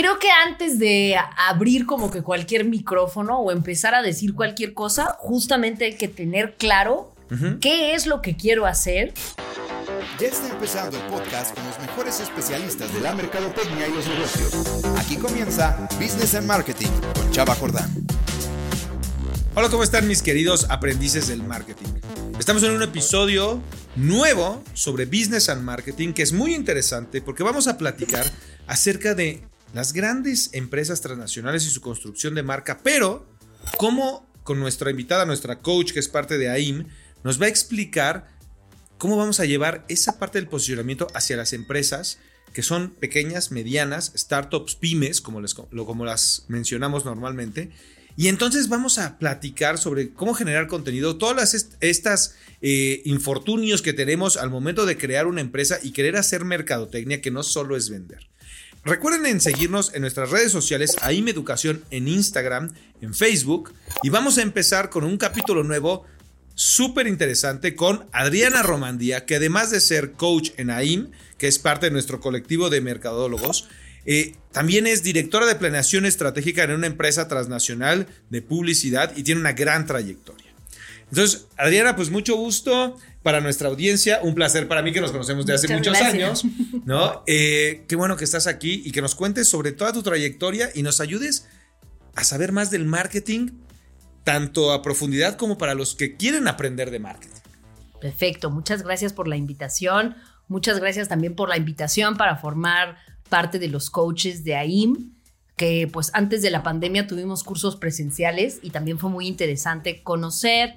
Creo que antes de abrir como que cualquier micrófono o empezar a decir cualquier cosa, justamente hay que tener claro qué es lo que quiero hacer. Ya está empezando el podcast con los mejores especialistas de la mercadotecnia y los negocios. Aquí comienza Business and Marketing con Chava Jordán. Hola, ¿cómo están mis queridos aprendices del marketing? Estamos en un episodio nuevo sobre Business and Marketing que es muy interesante porque vamos a platicar acerca de las grandes empresas transnacionales y su construcción de marca, pero cómo con nuestra invitada, nuestra coach que es parte de AIM, nos va a explicar cómo vamos a llevar esa parte del posicionamiento hacia las empresas que son pequeñas, medianas, startups, pymes, como las mencionamos normalmente. Y entonces vamos a platicar sobre cómo generar contenido, todas estas infortunios que tenemos al momento de crear una empresa y querer hacer mercadotecnia, que no solo es vender. Recuerden en seguirnos en nuestras redes sociales, AIM Educación en Instagram, en Facebook, y vamos a empezar con un capítulo nuevo súper interesante con Adriana Romandía, que además de ser coach en AIM, que es parte de nuestro colectivo de mercadólogos, también es directora de planeación estratégica en una empresa transnacional de publicidad y tiene una gran trayectoria. Entonces, Adriana, pues mucho gusto para nuestra audiencia, un placer para mí que nos conocemos de hace muchos años, ¿no? Qué bueno que estás aquí y que nos cuentes sobre toda tu trayectoria y nos ayudes a saber más del marketing, tanto a profundidad como para los que quieren aprender de marketing. Perfecto, muchas gracias por la invitación, muchas gracias también por la invitación para formar parte de los coaches de AIM, que pues antes de la pandemia tuvimos cursos presenciales y también fue muy interesante conocer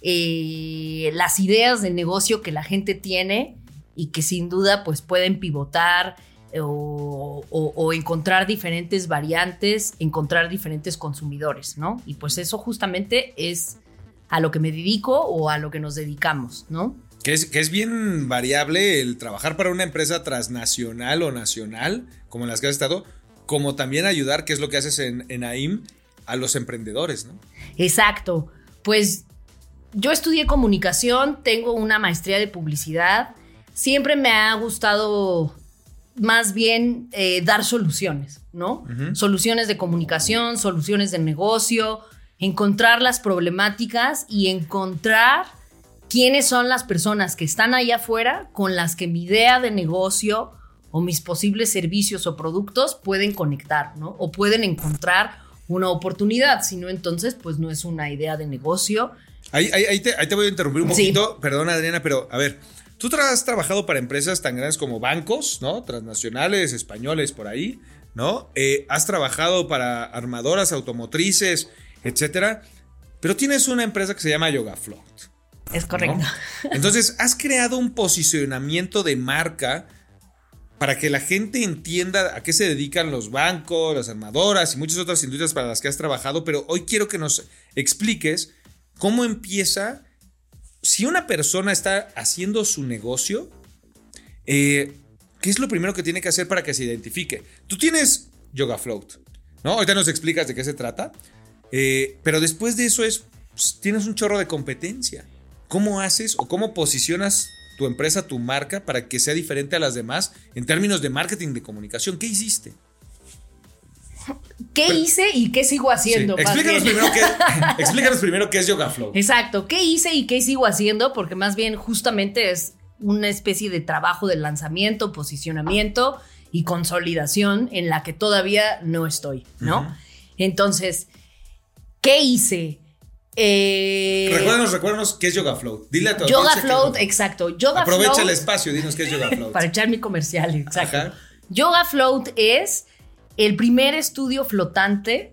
las ideas de negocio que la gente tiene y que sin duda pues pueden pivotar o encontrar diferentes variantes, encontrar diferentes consumidores, ¿no? Y pues eso justamente es a lo que me dedico o a lo que nos dedicamos, ¿no? Que es bien variable el trabajar para una empresa transnacional o nacional, como en las que has estado, como también ayudar, que es lo que haces en AIM, a los emprendedores, ¿no? Exacto. Pues yo estudié comunicación, tengo una maestría de publicidad. Siempre me ha gustado más bien dar soluciones, ¿no? Soluciones de comunicación, soluciones de negocio, encontrar las problemáticas y encontrar quiénes son las personas que están allá afuera con las que mi idea de negocio o mis posibles servicios o productos pueden conectar, ¿no? O pueden encontrar una oportunidad, si no, entonces pues no es una idea de negocio. Ahí te voy a interrumpir un poquito, sí. Perdón, Adriana, pero a ver, tú has trabajado para empresas tan grandes como bancos, ¿no? Transnacionales, españoles, por ahí, ¿no? Has trabajado para armadoras automotrices, etcétera, pero tienes una empresa que se llama YogaFloat. Es correcto, ¿no? Entonces, has creado un posicionamiento de marca para que la gente entienda a qué se dedican los bancos, las armadoras y muchas otras industrias para las que has trabajado, pero hoy quiero que nos expliques cómo empieza, si una persona está haciendo su negocio, ¿qué es lo primero que tiene que hacer para que se identifique? Tú tienes YogaFloat, ¿no? Ahorita nos explicas de qué se trata, pero después de eso pues, tienes un chorro de competencia. ¿Cómo haces o cómo posicionas tu empresa, tu marca, para que sea diferente a las demás en términos de marketing, de comunicación? ¿Qué hiciste? ¿Qué hice y qué sigo haciendo? Sí. Explícanos primero qué es YogaFloat. Exacto, ¿qué hice y qué sigo haciendo? Porque más bien justamente es una especie de trabajo de lanzamiento, posicionamiento y consolidación en la que todavía no estoy, ¿no? Entonces, ¿qué hice? Recuérdanos qué es YogaFloat. Dile a tu YogaFloat, exacto. Aprovecha el espacio, dinos qué es YogaFloat. Para echar mi comercial, exacto. Ajá. YogaFloat es el primer estudio flotante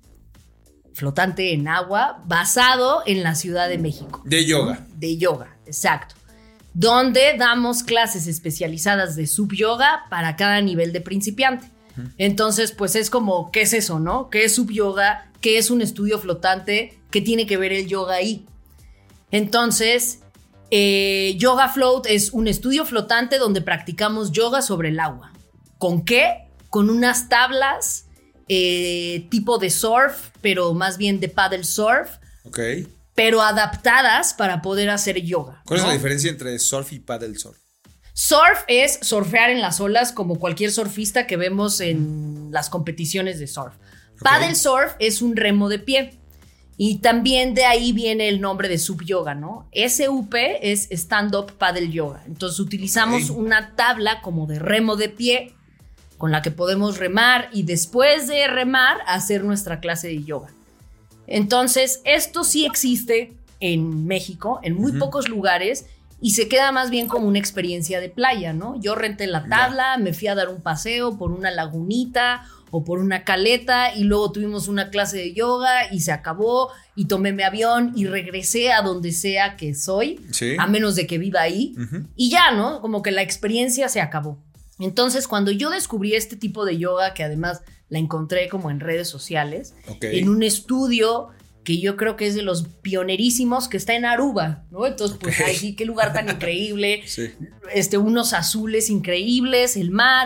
en agua basado en la Ciudad de México. De yoga. De yoga, exacto. Donde damos clases especializadas de subyoga para cada nivel de principiante. Entonces, pues es como, ¿qué es eso, no? ¿Qué es subyoga? ¿Qué es un estudio flotante? ¿Qué tiene que ver el yoga ahí? Entonces, YogaFloat es un estudio flotante donde practicamos yoga sobre el agua. ¿Con qué? Con unas tablas tipo de surf, pero más bien de paddle surf. Ok. Pero adaptadas para poder hacer yoga. ¿Cuál es la diferencia entre surf y paddle surf? Surf es surfear en las olas como cualquier surfista que vemos en las competiciones de surf. Paddle surf es un remo de pie. Y también de ahí viene el nombre de SUP Yoga, ¿no? SUP es Stand-Up Paddle Yoga. Entonces utilizamos una tabla como de remo de pie con la que podemos remar y después de remar hacer nuestra clase de yoga. Entonces esto sí existe en México, en muy pocos lugares, y se queda más bien como una experiencia de playa, ¿no? Yo renté la tabla, me fui a dar un paseo por una lagunita o por una caleta y luego tuvimos una clase de yoga y se acabó y tomé mi avión y regresé a donde sea que soy, a menos de que viva ahí, y ya, ¿no? Como que la experiencia se acabó. Entonces, cuando yo descubrí este tipo de yoga, que además la encontré como en redes sociales, en un estudio que yo creo que es de los pionerísimos, que está en Aruba, ¿no? Entonces, pues, ay, sí, qué lugar tan increíble. Unos azules increíbles, el mar,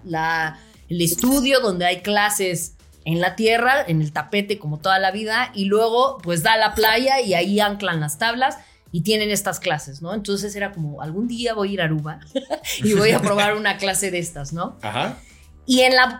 el estudio donde hay clases en la tierra, en el tapete como toda la vida, y luego pues da a la playa y ahí anclan las tablas y tienen estas clases, ¿no? Entonces era como, algún día voy a ir a Aruba y voy a probar una clase de estas, ¿no? Ajá. Y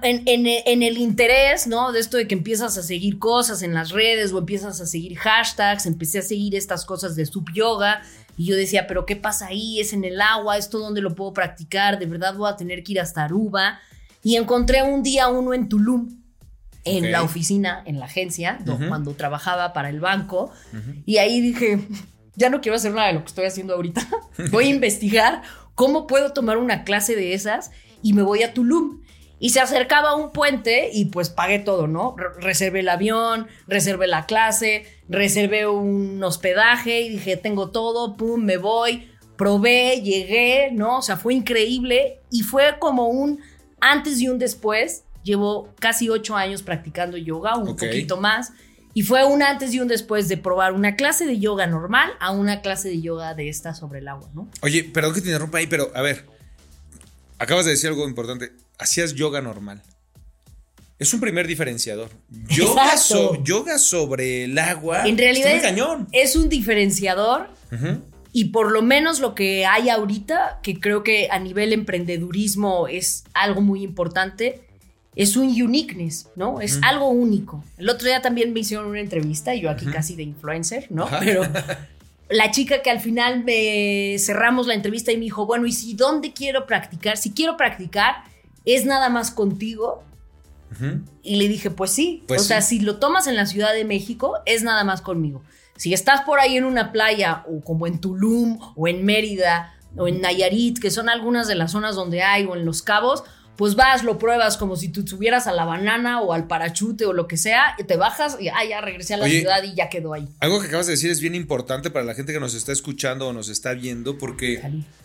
en el interés, ¿no? De esto de que empiezas a seguir cosas en las redes o empiezas a seguir hashtags, empecé a seguir estas cosas de SUP Yoga y yo decía, ¿pero qué pasa ahí? ¿Es en el agua? ¿Esto dónde lo puedo practicar? ¿De verdad voy a tener que ir hasta Aruba? Y encontré un día uno en Tulum, en la oficina, en la agencia, cuando trabajaba para el banco. Y ahí dije, ya no quiero hacer nada de lo que estoy haciendo ahorita. Voy a investigar cómo puedo tomar una clase de esas y me voy a Tulum. Y se acercaba a un puente y pues pagué todo, ¿no? Reservé el avión, reservé la clase, reservé un hospedaje y dije, tengo todo, pum, me voy. Probé, llegué, ¿no? O sea, fue increíble y fue como un antes y un después. Llevo casi 8 años practicando yoga, un poquito más. Y fue un antes y un después de probar una clase de yoga normal a una clase de yoga de esta sobre el agua, ¿no? Oye, perdón que te interrumpa ahí, pero a ver, acabas de decir algo importante. Hacías yoga normal. Es un primer diferenciador. Yoga sobre el agua. En realidad es cañón. Es un diferenciador. Y por lo menos lo que hay ahorita, que creo que a nivel emprendedurismo es algo muy importante, es un uniqueness, ¿no? Es algo único. El otro día también me hicieron una entrevista, yo aquí casi de influencer, ¿no? Pero la chica que al final cerramos la entrevista y me dijo, bueno, ¿y si dónde quiero practicar? Si quiero practicar, ¿es nada más contigo? Y le dije, pues sí. O sea, si lo tomas en la Ciudad de México, es nada más conmigo. Si estás por ahí en una playa, o como en Tulum, o en Mérida, o en Nayarit, que son algunas de las zonas donde hay, o en Los Cabos, pues vas, lo pruebas como si tú subieras a la banana o al parachute o lo que sea, y te bajas y ya regresé a la ciudad y ya quedó ahí. Algo que acabas de decir es bien importante para la gente que nos está escuchando o nos está viendo, porque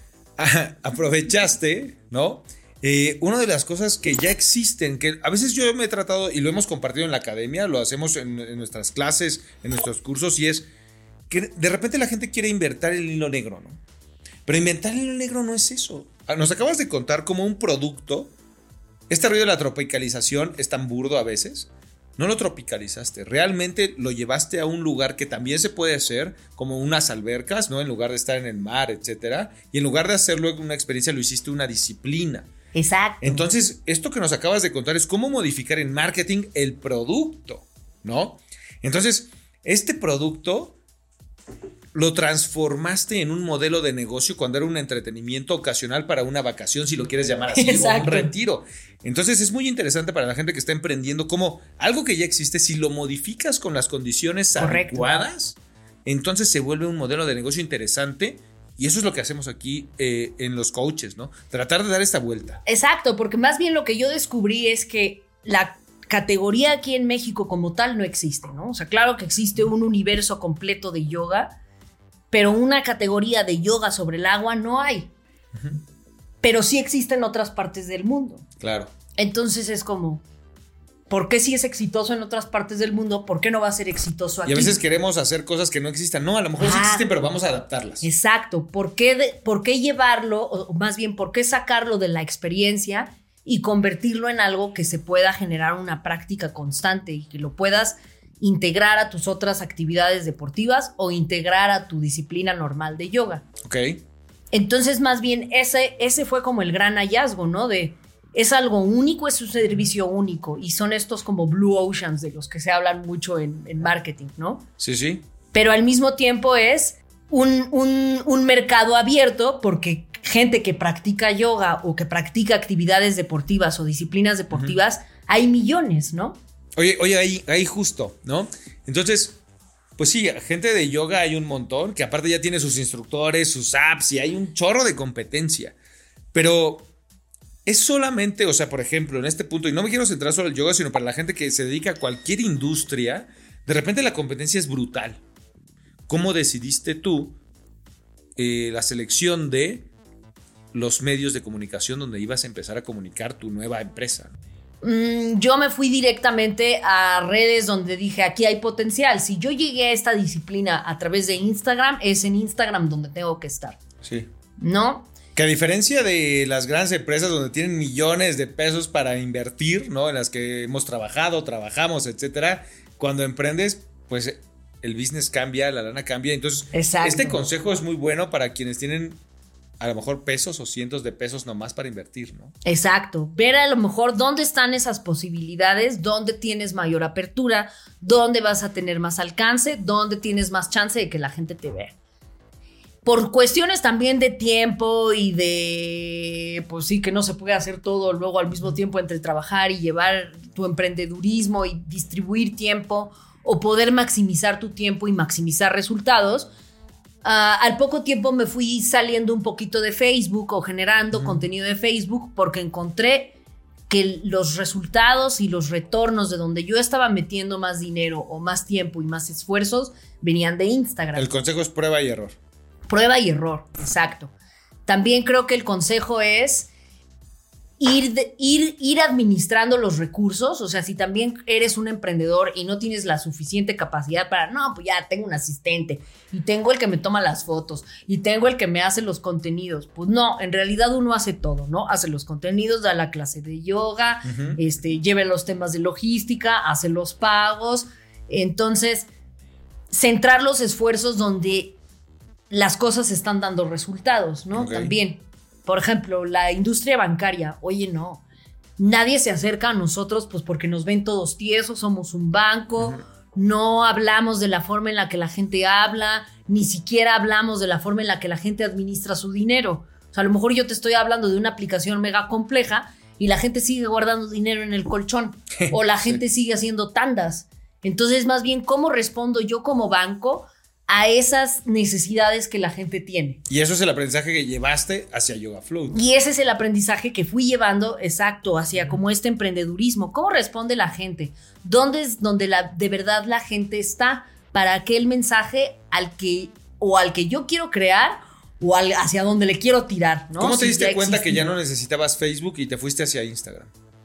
aprovechaste, ¿no? Una de las cosas que ya existen, que a veces yo me he tratado y lo hemos compartido en la academia, lo hacemos en nuestras clases, en nuestros cursos, y es que de repente la gente quiere inventar el hilo negro, ¿no? Pero inventar el hilo negro no es eso. Nos acabas de contar como un producto, este ruido de la tropicalización es tan burdo a veces. No lo tropicalizaste, realmente lo llevaste a un lugar que también se puede hacer, como unas albercas, ¿no? En lugar de estar en el mar, etcétera. Y en lugar de hacerlo una experiencia, lo hiciste una disciplina. Exacto. Entonces, esto que nos acabas de contar es cómo modificar en marketing el producto, ¿no? Entonces, este producto lo transformaste en un modelo de negocio cuando era un entretenimiento ocasional para una vacación, si lo quieres llamar así, o un retiro. Entonces, es muy interesante para la gente que está emprendiendo cómo algo que ya existe, si lo modificas con las condiciones adecuadas, entonces se vuelve un modelo de negocio interesante. Y eso es lo que hacemos aquí en los coaches, ¿no? Tratar de dar esta vuelta. Exacto, porque más bien lo que yo descubrí es que la categoría aquí en México como tal no existe, ¿no? O sea, claro que existe un universo completo de yoga, pero una categoría de yoga sobre el agua no hay. Pero sí existe en otras partes del mundo. Claro. Entonces es como, ¿por qué si es exitoso en otras partes del mundo? ¿Por qué no va a ser exitoso aquí? Y a veces queremos hacer cosas que no existan. No, a lo mejor sí existen, pero vamos a adaptarlas. Exacto. ¿Por qué llevarlo, o más bien, por qué sacarlo de la experiencia y convertirlo en algo que se pueda generar una práctica constante y que lo puedas integrar a tus otras actividades deportivas o integrar a tu disciplina normal de yoga? Ok. Entonces, más bien, ese fue como el gran hallazgo, ¿no? Es algo único, es un servicio único. Y son estos como blue oceans de los que se hablan mucho en marketing, ¿no? Sí, sí. Pero al mismo tiempo es un mercado abierto porque gente que practica yoga o que practica actividades deportivas o disciplinas deportivas, hay millones, ¿no? Oye, ahí justo, ¿no? Entonces, pues sí, gente de yoga hay un montón, que aparte ya tiene sus instructores, sus apps, y hay un chorro de competencia. Pero es solamente, o sea, por ejemplo, en este punto, y no me quiero centrar solo en el yoga, sino para la gente que se dedica a cualquier industria, de repente la competencia es brutal. ¿Cómo decidiste tú la selección de los medios de comunicación donde ibas a empezar a comunicar tu nueva empresa? Yo me fui directamente a redes donde dije, aquí hay potencial. Si yo llegué a esta disciplina a través de Instagram, es en Instagram donde tengo que estar. Sí. ¿No? Que a diferencia de las grandes empresas donde tienen millones de pesos para invertir, ¿no? En las que hemos trabajamos, etcétera, cuando emprendes, pues el business cambia, la lana cambia. Entonces, exacto, este consejo es muy bueno para quienes tienen a lo mejor pesos o cientos de pesos nomás para invertir, ¿no? Exacto. Ver a lo mejor dónde están esas posibilidades, dónde tienes mayor apertura, dónde vas a tener más alcance, dónde tienes más chance de que la gente te vea. Por cuestiones también de tiempo y de, pues sí, que no se puede hacer todo luego al mismo tiempo entre trabajar y llevar tu emprendedurismo y distribuir tiempo o poder maximizar tu tiempo y maximizar resultados. Al poco tiempo me fui saliendo un poquito de Facebook o generando contenido de Facebook porque encontré que los resultados y los retornos de donde yo estaba metiendo más dinero o más tiempo y más esfuerzos venían de Instagram. El consejo es prueba y error. Prueba y error, exacto. También creo que el consejo es ir administrando los recursos. O sea, si también eres un emprendedor y no tienes la suficiente capacidad para, no, pues ya tengo un asistente y tengo el que me toma las fotos y tengo el que me hace los contenidos. Pues no, en realidad uno hace todo, ¿no? Hace los contenidos, da la clase de yoga, lleva los temas de logística, hace los pagos. Entonces, centrar los esfuerzos donde las cosas están dando resultados, ¿no? Okay. También, por ejemplo, la industria bancaria, oye, no, nadie se acerca a nosotros pues porque nos ven todos tiesos, somos un banco, no hablamos de la forma en la que la gente habla, ni siquiera hablamos de la forma en la que la gente administra su dinero. O sea, a lo mejor yo te estoy hablando de una aplicación mega compleja y la gente sigue guardando dinero en el colchón o la gente sigue haciendo tandas. Entonces, más bien, ¿cómo respondo yo como banco a esas necesidades que la gente tiene? Y eso es el aprendizaje que llevaste hacia Yoga Flow. Y ese es el aprendizaje que fui llevando, exacto, hacia como este emprendedurismo. ¿Cómo responde la gente? ¿Dónde es donde de verdad la gente está para aquel mensaje al que yo quiero crear o hacia donde le quiero tirar, ¿no? ¿Cómo te diste cuenta que ya no necesitabas Facebook y te fuiste hacia Instagram?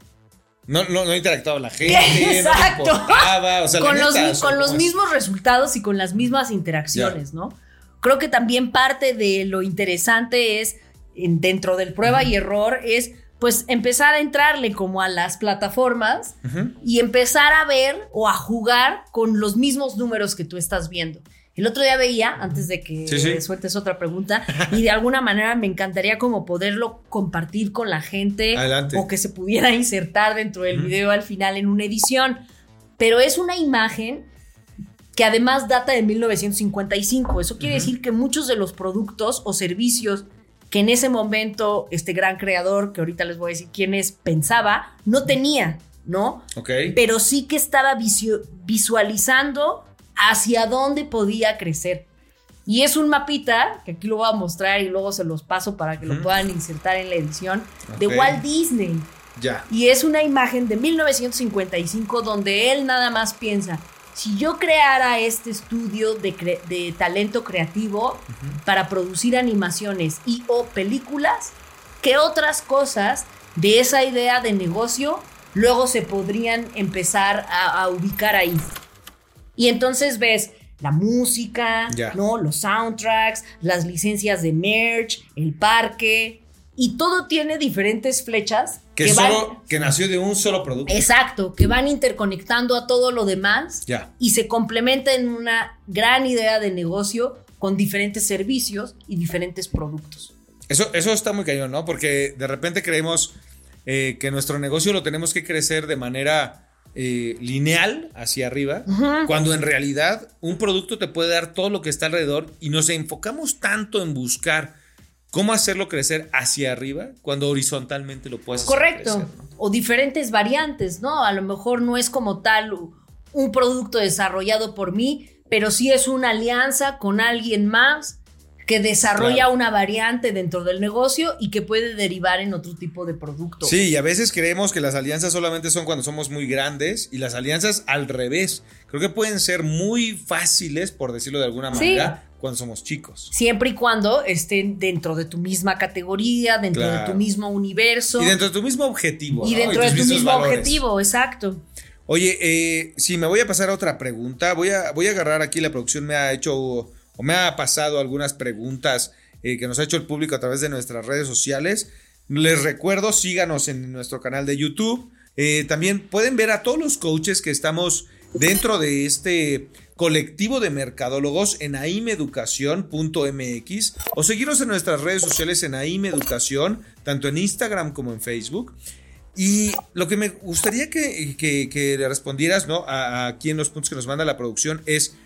No interactuaba la gente, exacto, no te importaba, o sea, con los mismos resultados y con las mismas interacciones, ¿no? Creo que también parte de lo interesante es, dentro del prueba y error, es pues empezar a entrarle como a las plataformas y empezar a ver o a jugar con los mismos números que tú estás viendo. El otro día veía, antes de que sueltes otra pregunta, y de alguna manera me encantaría como poderlo compartir con la gente. Adelante. O que se pudiera insertar dentro del video al final en una edición. Pero es una imagen que además data de 1955. Eso quiere decir que muchos de los productos o servicios que en ese momento este gran creador, que ahorita les voy a decir quién es, pensaba, no tenía, ¿no? Okay. Pero sí que estaba visualizando hacia dónde podía crecer. Y es un mapita, que aquí lo voy a mostrar y luego se los paso para que lo puedan insertar en la edición, de Walt Disney. Ya. Y es una imagen de 1955 donde él nada más piensa, si yo creara este estudio de talento creativo para producir animaciones y o películas, ¿qué otras cosas de esa idea de negocio luego se podrían empezar a ubicar ahí? Y entonces ves la música, ¿no? Los soundtracks, las licencias de merch, el parque, y todo tiene diferentes flechas que nació de un solo producto. Exacto, que van interconectando a todo lo demás y se complementa en una gran idea de negocio con diferentes servicios y diferentes productos. Eso está muy cañón, ¿no? Porque de repente creemos que nuestro negocio lo tenemos que crecer de manera lineal hacia arriba, cuando en realidad un producto te puede dar todo lo que está alrededor y nos enfocamos tanto en buscar cómo hacerlo crecer hacia arriba cuando horizontalmente lo puedes hacer Correcto. crecer, ¿no? O diferentes variantes, ¿no? A lo mejor no es como tal un producto desarrollado por mí, pero sí es una alianza con alguien más que desarrolla una variante dentro del negocio y que puede derivar en otro tipo de producto. Sí, y a veces creemos que las alianzas solamente son cuando somos muy grandes y las alianzas al revés. Creo que pueden ser muy fáciles, por decirlo de alguna manera, cuando somos chicos. Siempre y cuando estén dentro de tu misma categoría, dentro de tu mismo universo. Y dentro de tu mismo objetivo. Y dentro de tu mismo objetivo, exacto. Oye, sí, me voy a pasar a otra pregunta. Voy a agarrar aquí, la producción me ha hecho o me ha pasado algunas preguntas que nos ha hecho el público a través de nuestras redes sociales. Les recuerdo, síganos en nuestro canal de YouTube. También pueden ver a todos los coaches que estamos dentro de este colectivo de mercadólogos en aimeducacion.mx o seguirnos en nuestras redes sociales en aimeducacion, tanto en Instagram como en Facebook. Y lo que me gustaría que le respondieras, ¿no?, aquí en los puntos que nos manda la producción es: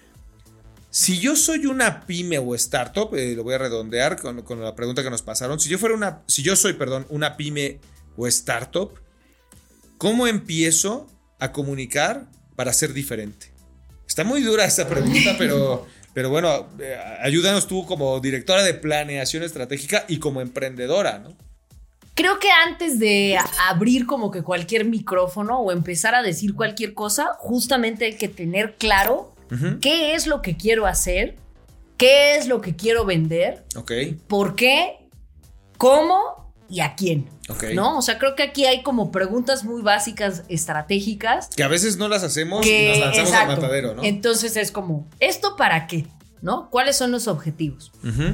si yo soy una pyme o startup, lo voy a redondear con la pregunta que nos pasaron. Si yo soy una pyme o startup, ¿cómo empiezo a comunicar para ser diferente? Está muy dura esta pregunta, pero bueno, ayúdanos tú como directora de planeación estratégica y como emprendedora, ¿no? Creo que antes de abrir como que cualquier micrófono o empezar a decir cualquier cosa, justamente hay que tener claro qué es lo que quiero hacer, qué es lo que quiero vender, por qué, cómo y a quién, ¿no? O sea, creo que aquí hay como preguntas muy básicas, estratégicas. Que a veces no las hacemos y nos lanzamos al matadero, ¿no? Entonces es como, ¿esto para qué? ¿No? ¿Cuáles son los objetivos?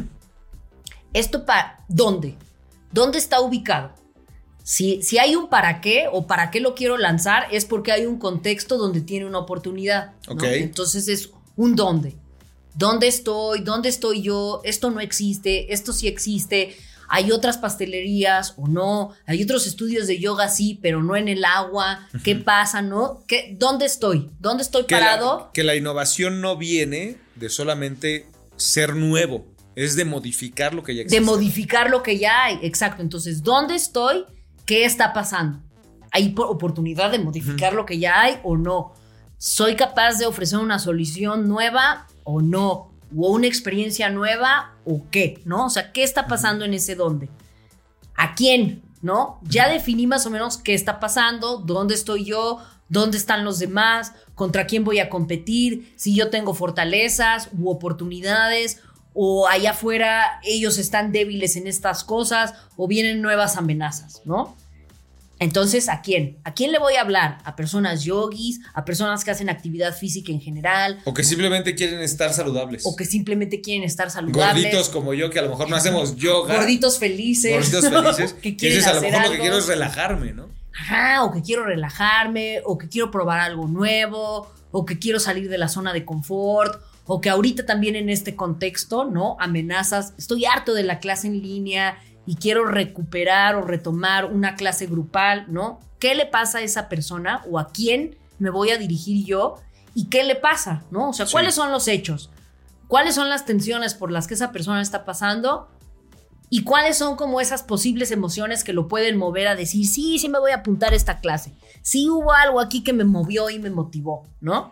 ¿Esto para dónde? ¿Dónde está ubicado? Si hay un para qué o para qué lo quiero lanzar, es porque hay un contexto donde tiene una oportunidad, ¿no? Entonces es un dónde. ¿Dónde estoy? ¿Dónde estoy yo? Esto no existe, esto sí existe. Hay otras pastelerías o no. Hay otros estudios de yoga, sí, pero no en el agua. ¿Qué pasa, no? ¿Dónde estoy? ¿Dónde estoy parado? Que la innovación no viene de solamente ser nuevo. Es de modificar lo que ya existe. De modificar lo que ya hay, exacto. Entonces, ¿dónde estoy? ¿Qué está pasando? ¿Hay oportunidad de modificar lo que ya hay o no? ¿Soy capaz de ofrecer una solución nueva o no? ¿O una experiencia nueva o qué? ¿No? O sea, ¿qué está pasando en ese dónde? ¿A quién? ¿No? Ya definí más o menos qué está pasando, dónde estoy yo, dónde están los demás, contra quién voy a competir, si yo tengo fortalezas u oportunidades, o allá afuera ellos están débiles en estas cosas o vienen nuevas amenazas, ¿no? Entonces, ¿a quién? ¿A quién le voy a hablar? ¿A personas yogis? ¿A personas que hacen actividad física en general? O que simplemente quieren estar saludables. O que simplemente quieren estar saludables. Gorditos como yo, que a lo mejor no hacemos yoga. Gorditos felices. Gorditos felices. Que quieren dices, a lo hacer mejor algo. lo que quiero es relajarme, ¿no? Ajá, o que quiero relajarme, o que quiero probar algo nuevo, o que quiero salir de la zona de confort, o que ahorita también en este contexto, ¿no? Amenazas, estoy harto de la clase en línea y quiero recuperar o retomar una clase grupal, ¿no? ¿Qué le pasa a esa persona o a quién me voy a dirigir yo y qué le pasa, ¿no? O sea, ¿cuáles son los hechos? ¿Cuáles son las tensiones por las que esa persona está pasando? ¿Y cuáles son como esas posibles emociones que lo pueden mover a decir, sí me voy a apuntar a esta clase? Sí hubo algo aquí que me movió y me motivó, ¿no?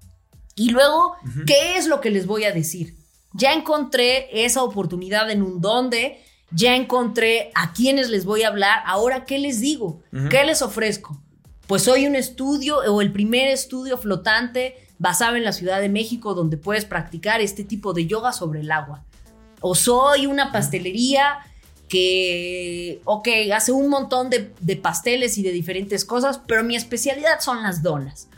Y luego, ¿qué es lo que les voy a decir? Ya encontré esa oportunidad en un dónde, ya encontré a quiénes les voy a hablar, ahora, ¿qué les digo? ¿Qué les ofrezco? Pues soy un estudio o el primer estudio flotante basado en la Ciudad de México donde puedes practicar este tipo de yoga sobre el agua. O soy una pastelería que, hace un montón de pasteles y de diferentes cosas, pero mi especialidad son las donas.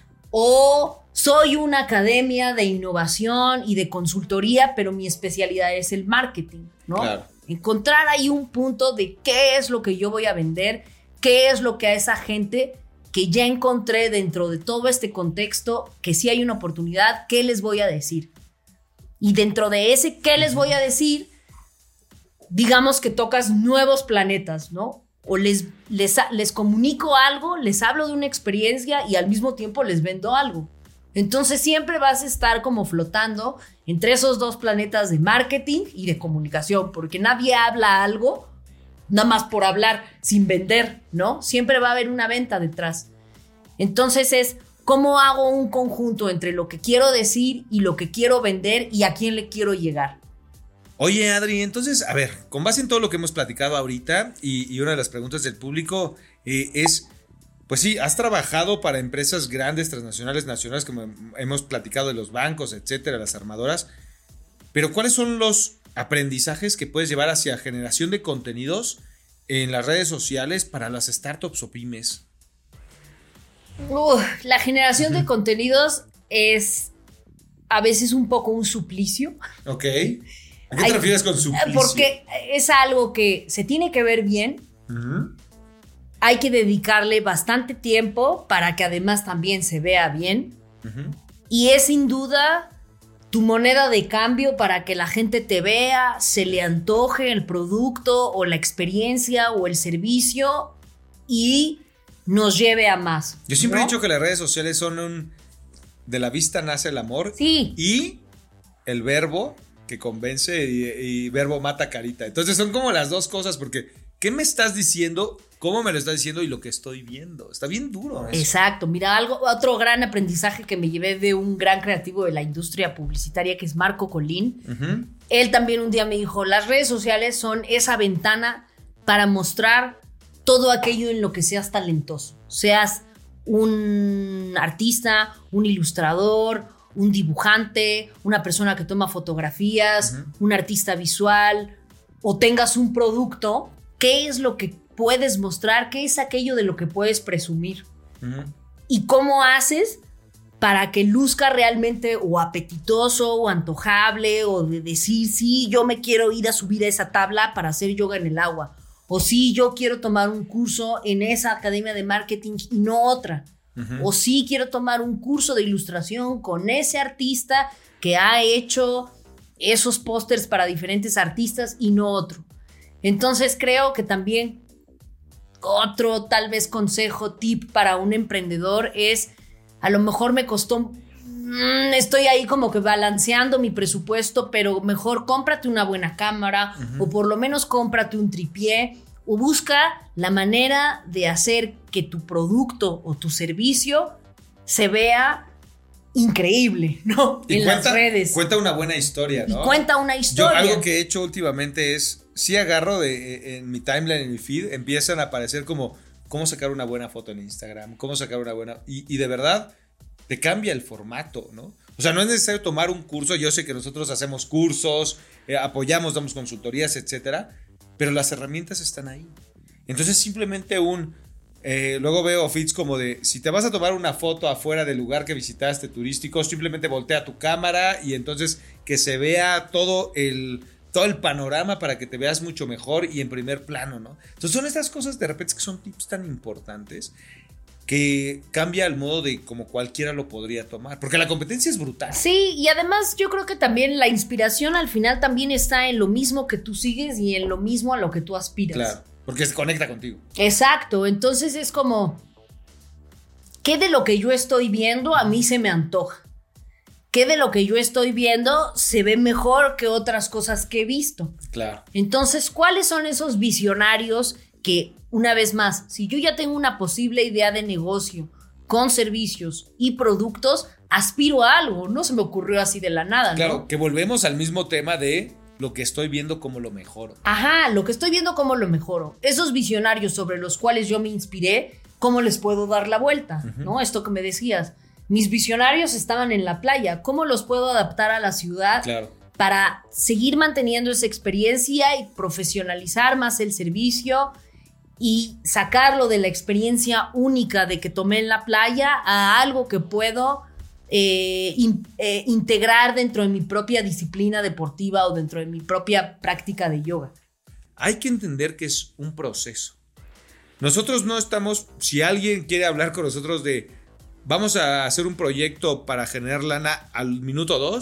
O soy una academia de innovación y de consultoría, pero mi especialidad es el marketing, ¿no? Claro. Encontrar ahí un punto de qué es lo que yo voy a vender, qué es lo que a esa gente que ya encontré dentro de todo este contexto, que sí hay una oportunidad, ¿qué les voy a decir? Y dentro de ese ¿qué les voy a decir? digamos que tocas nuevos planetas, ¿no? O les comunico algo, les hablo de una experiencia y al mismo tiempo les vendo algo. Entonces siempre vas a estar como flotando entre esos dos planetas de marketing y de comunicación, porque nadie habla algo nada más por hablar, sin vender, ¿no? Siempre va a haber una venta detrás. Entonces es cómo hago un conjunto entre lo que quiero decir y lo que quiero vender y a quién le quiero llegar. Oye, Adri, entonces, a ver, con base en todo lo que hemos platicado ahorita y una de las preguntas del público es, pues sí, has trabajado para empresas grandes, transnacionales, nacionales, como hemos platicado de los bancos, etcétera, las armadoras, pero ¿cuáles son los aprendizajes que puedes llevar hacia generación de contenidos en las redes sociales para las startups o pymes? La generación de contenidos es a veces un poco un suplicio. Ok. ¿A qué te refieres con suplicio? Porque es algo que se tiene que ver bien. Uh-huh. Hay que dedicarle bastante tiempo para que además también se vea bien. Uh-huh. Y es sin duda tu moneda de cambio para que la gente te vea, se le antoje el producto o la experiencia o el servicio y nos lleve a más. Yo siempre he dicho que las redes sociales son de la vista nace el amor. Sí. Y el verbo que convence y verbo mata carita. Entonces son como las dos cosas, porque ¿qué me estás diciendo? ¿Cómo me lo estás diciendo? Y lo que estoy viendo. Está bien duro eso. Exacto. Mira, otro gran aprendizaje que me llevé de un gran creativo de la industria publicitaria, que es Marco Colín. Uh-huh. Él también un día me dijo, las redes sociales son esa ventana para mostrar todo aquello en lo que seas talentoso. Seas un artista, un ilustrador, un dibujante, una persona que toma fotografías, uh-huh, un artista visual, o tengas un producto, ¿qué es lo que puedes mostrar? ¿Qué es aquello de lo que puedes presumir? Uh-huh. ¿Y cómo haces para que luzca realmente o apetitoso o antojable o de decir, sí, yo me quiero ir a subir a esa tabla para hacer yoga en el agua? O sí, yo quiero tomar un curso en esa academia de marketing y no otra. Uh-huh. O sí, quiero tomar un curso de ilustración con ese artista que ha hecho esos pósters para diferentes artistas y no otro. Entonces creo que también otro tal vez consejo, tip para un emprendedor es, a lo mejor me costó, estoy ahí como que balanceando mi presupuesto, pero mejor cómprate una buena cámara, uh-huh, o por lo menos cómprate un tripié, o busca la manera de hacer que tu producto o tu servicio se vea increíble, ¿no? Y las redes. Cuenta una buena historia, ¿no? Y cuenta una historia. Yo algo que he hecho últimamente es, sí agarro en mi timeline, en mi feed, empiezan a aparecer como cómo sacar una buena foto en Instagram, cómo sacar una buena... Y de verdad te cambia el formato, ¿no? O sea, no es necesario tomar un curso. Yo sé que nosotros hacemos cursos, apoyamos, damos consultorías, etcétera, pero las herramientas están ahí. Entonces simplemente luego veo feeds como de, si te vas a tomar una foto afuera del lugar que visitaste turístico, simplemente voltea tu cámara y entonces que se vea todo el panorama para que te veas mucho mejor y en primer plano, ¿no? Entonces son estas cosas de repente que son tips tan importantes que cambia el modo de como cualquiera lo podría tomar, porque la competencia es brutal. Sí, y además yo creo que también la inspiración al final también está en lo mismo que tú sigues y en lo mismo a lo que tú aspiras. Claro, porque se conecta contigo. Exacto, entonces es como, ¿qué de lo que yo estoy viendo a mí se me antoja? ¿Qué de lo que yo estoy viendo se ve mejor que otras cosas que he visto? Claro. Entonces, ¿cuáles son esos visionarios que, una vez más, si yo ya tengo una posible idea de negocio con servicios y productos, aspiro a algo? No se me ocurrió así de la nada, ¿no? Claro, que volvemos al mismo tema de lo que estoy viendo, cómo lo mejoro. Ajá, lo que estoy viendo, cómo lo mejoro. Esos visionarios sobre los cuales yo me inspiré, ¿cómo les puedo dar la vuelta? Uh-huh. ¿No? Esto que me decías. Mis visionarios estaban en la playa. ¿Cómo los puedo adaptar a la ciudad? Claro. Para seguir manteniendo esa experiencia y profesionalizar más el servicio y sacarlo de la experiencia única de que tomé en la playa a algo que puedo integrar dentro de mi propia disciplina deportiva o dentro de mi propia práctica de yoga? Hay que entender que es un proceso. Nosotros no estamos, si alguien quiere hablar con nosotros de vamos a hacer un proyecto para generar lana al minuto 2,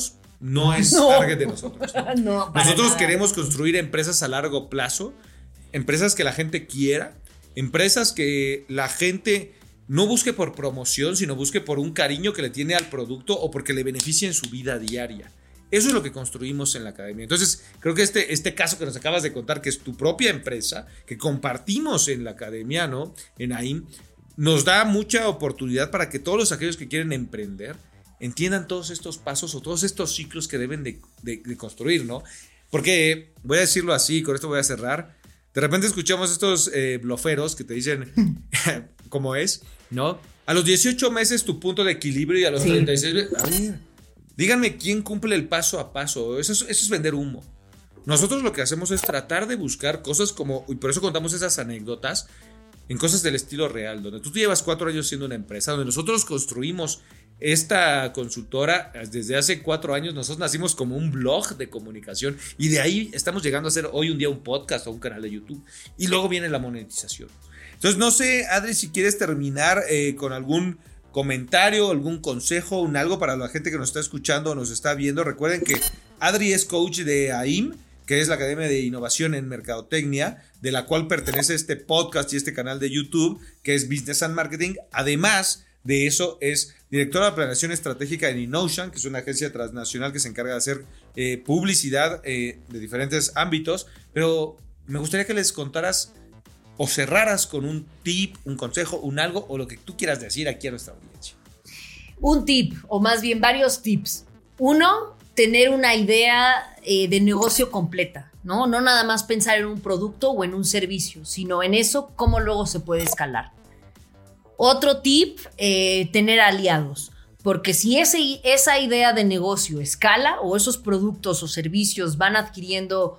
no es target de nosotros. No, Nosotros nada. queremos construir empresas a largo plazo, empresas que la gente quiera, empresas que la gente no busque por promoción, sino busque por un cariño que le tiene al producto o porque le beneficie en su vida diaria. Eso es lo que construimos en la academia. Entonces, creo que este caso que nos acabas de contar, que es tu propia empresa, que compartimos en la academia, ¿no? En AIM, nos da mucha oportunidad para que todos aquellos que quieren emprender entiendan todos estos pasos o todos estos ciclos que deben de construir, ¿no? Porque, voy a decirlo así, con esto voy a cerrar, de repente escuchamos estos bloferos que te dicen cómo es, ¿no? A los 18 meses tu punto de equilibrio y a los 36, a ver, díganme quién cumple el paso a paso, eso es vender humo. Nosotros lo que hacemos es tratar de buscar cosas como, y por eso contamos esas anécdotas, en cosas del estilo real, donde tú llevas 4 años siendo una empresa, donde nosotros construimos esta consultora desde hace 4 años. Nosotros nacimos como un blog de comunicación y de ahí estamos llegando a hacer hoy un día un podcast o un canal de YouTube y luego viene la monetización. Entonces no sé, Adri, si quieres terminar con algún comentario, algún consejo, algo para la gente que nos está escuchando o nos está viendo. Recuerden que Adri es coach de AIM, que es la Academia de Innovación en Mercadotecnia, de la cual pertenece este podcast y este canal de YouTube, que es Business and Marketing. Además de eso, es directora de Planeación Estratégica en InOcean, que es una agencia transnacional que se encarga de hacer publicidad de diferentes ámbitos. Pero me gustaría que les contaras o cerraras con un tip, un consejo, un algo o lo que tú quieras decir aquí a nuestra audiencia. Un tip, o más bien varios tips. Uno, tener una idea de negocio completa, ¿no? No nada más pensar en un producto o en un servicio, sino en eso, cómo luego se puede escalar. Otro tip, tener aliados, porque si esa idea de negocio escala o esos productos o servicios van adquiriendo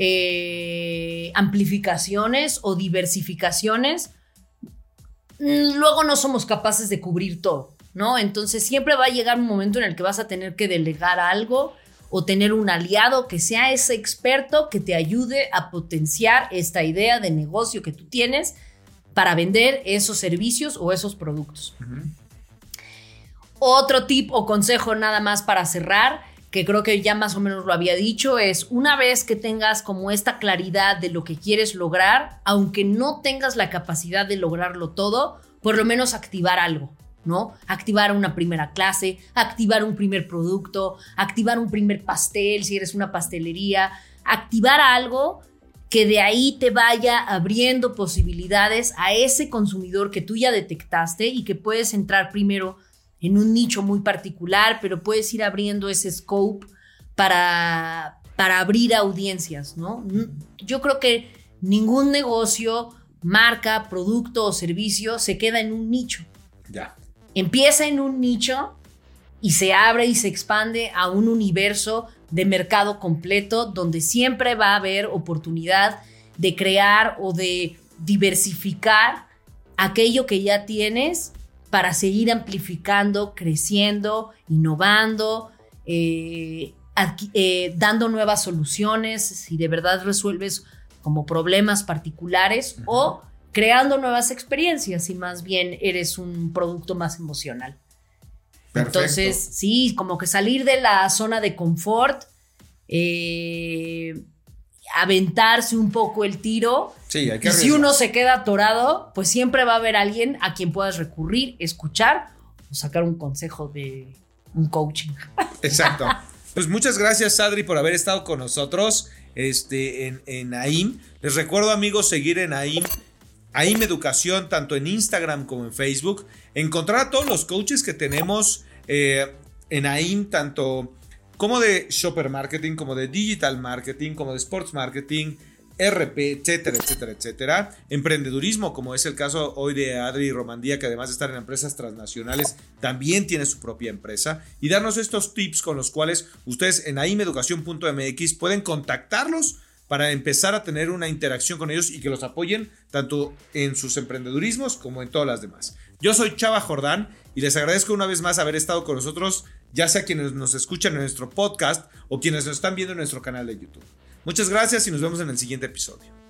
amplificaciones o diversificaciones, luego no somos capaces de cubrir todo, ¿no? Entonces siempre va a llegar un momento en el que vas a tener que delegar algo o tener un aliado que sea ese experto que te ayude a potenciar esta idea de negocio que tú tienes para vender esos servicios o esos productos. Uh-huh. Otro tip o consejo nada más para cerrar, que creo que ya más o menos lo había dicho, es una vez que tengas como esta claridad de lo que quieres lograr, aunque no tengas la capacidad de lograrlo todo, por lo menos activar algo, ¿no? Activar una primera clase, activar un primer producto, activar un primer pastel si eres una pastelería, activar algo que de ahí te vaya abriendo posibilidades a ese consumidor que tú ya detectaste y que puedes entrar primero en un nicho muy particular, pero puedes ir abriendo ese scope para abrir audiencias, ¿no? Yo creo que ningún negocio, marca, producto o servicio se queda en un nicho. Ya. Empieza en un nicho y se abre y se expande a un universo de mercado completo donde siempre va a haber oportunidad de crear o de diversificar aquello que ya tienes para seguir amplificando, creciendo, innovando, dando nuevas soluciones, si de verdad resuelves como problemas particulares, uh-huh, o creando nuevas experiencias, si más bien eres un producto más emocional. Perfecto. Entonces, sí, como que salir de la zona de confort, aventarse un poco el tiro. Sí, hay que y si uno se queda atorado, pues siempre va a haber alguien a quien puedas recurrir, escuchar o sacar un consejo de un coaching. Exacto. Pues muchas gracias, Adri, por haber estado con nosotros en AIM. Les recuerdo, amigos, seguir en AIM Educación, tanto en Instagram como en Facebook. Encontrar a todos los coaches que tenemos en AIM, tanto como de shopper marketing, como de digital marketing, como de sports marketing, RP, etcétera, etcétera, etcétera. Emprendedurismo, como es el caso hoy de Adri Romandía, que además de estar en empresas transnacionales, también tiene su propia empresa. Y darnos estos tips con los cuales ustedes en aimeducacion.mx pueden contactarlos para empezar a tener una interacción con ellos y que los apoyen tanto en sus emprendedurismos como en todas las demás. Yo soy Chava Jordán y les agradezco una vez más haber estado con nosotros, ya sea quienes nos escuchan en nuestro podcast o quienes nos están viendo en nuestro canal de YouTube. Muchas gracias y nos vemos en el siguiente episodio.